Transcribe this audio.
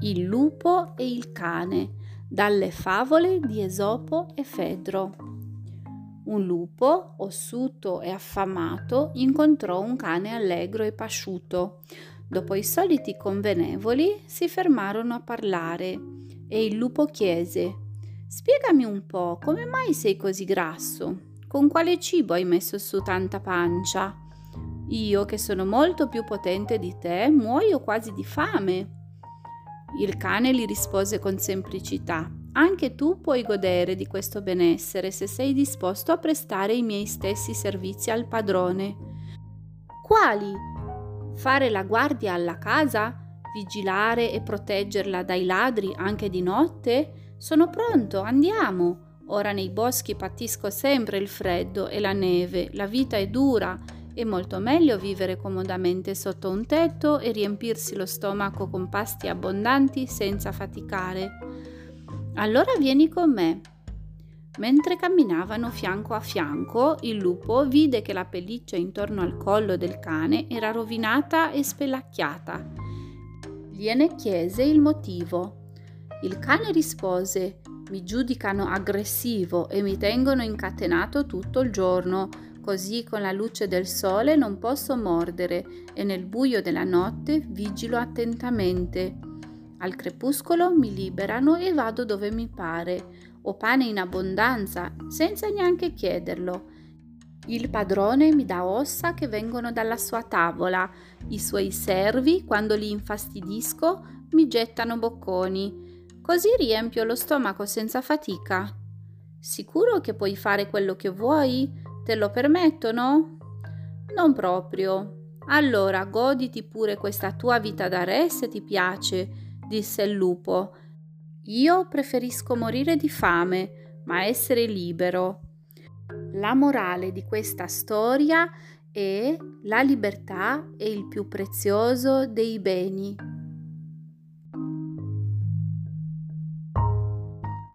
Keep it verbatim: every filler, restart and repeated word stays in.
Il lupo e il cane, dalle favole di Esopo e Fedro. Un lupo, ossuto e affamato, incontrò un cane allegro e pasciuto. Dopo i soliti convenevoli, si fermarono a parlare e il lupo chiese: «Spiegami un po', come mai sei così grasso? Con quale cibo hai messo su tanta pancia? Io, che sono molto più potente di te, muoio quasi di fame». Il cane gli rispose con semplicità: «Anche tu puoi godere di questo benessere se sei disposto a prestare i miei stessi servizi al padrone». «Quali? Fare la guardia alla casa? Vigilare e proteggerla dai ladri anche di notte? Sono pronto, andiamo. Ora nei boschi patisco sempre il freddo e la neve, la vita è dura. È molto meglio vivere comodamente sotto un tetto e riempirsi lo stomaco con pasti abbondanti senza faticare. Allora vieni con me». Mentre camminavano fianco a fianco, il lupo vide che la pelliccia intorno al collo del cane era rovinata e spelacchiata. Gliene chiese il motivo. Il cane rispose: «Mi giudicano aggressivo e mi tengono incatenato tutto il giorno. Così con la luce del sole non posso mordere e nel buio della notte vigilo attentamente. Al crepuscolo mi liberano e vado dove mi pare. Ho pane in abbondanza, senza neanche chiederlo. Il padrone mi dà ossa che vengono dalla sua tavola. I suoi servi, quando li infastidisco, mi gettano bocconi. Così riempio lo stomaco senza fatica. Sicuro che puoi fare quello che vuoi? Te lo permettono?» «Non proprio». «Allora goditi pure questa tua vita da re se ti piace», disse il lupo. «Io preferisco morire di fame, ma essere libero». La morale di questa storia è: la libertà è il più prezioso dei beni.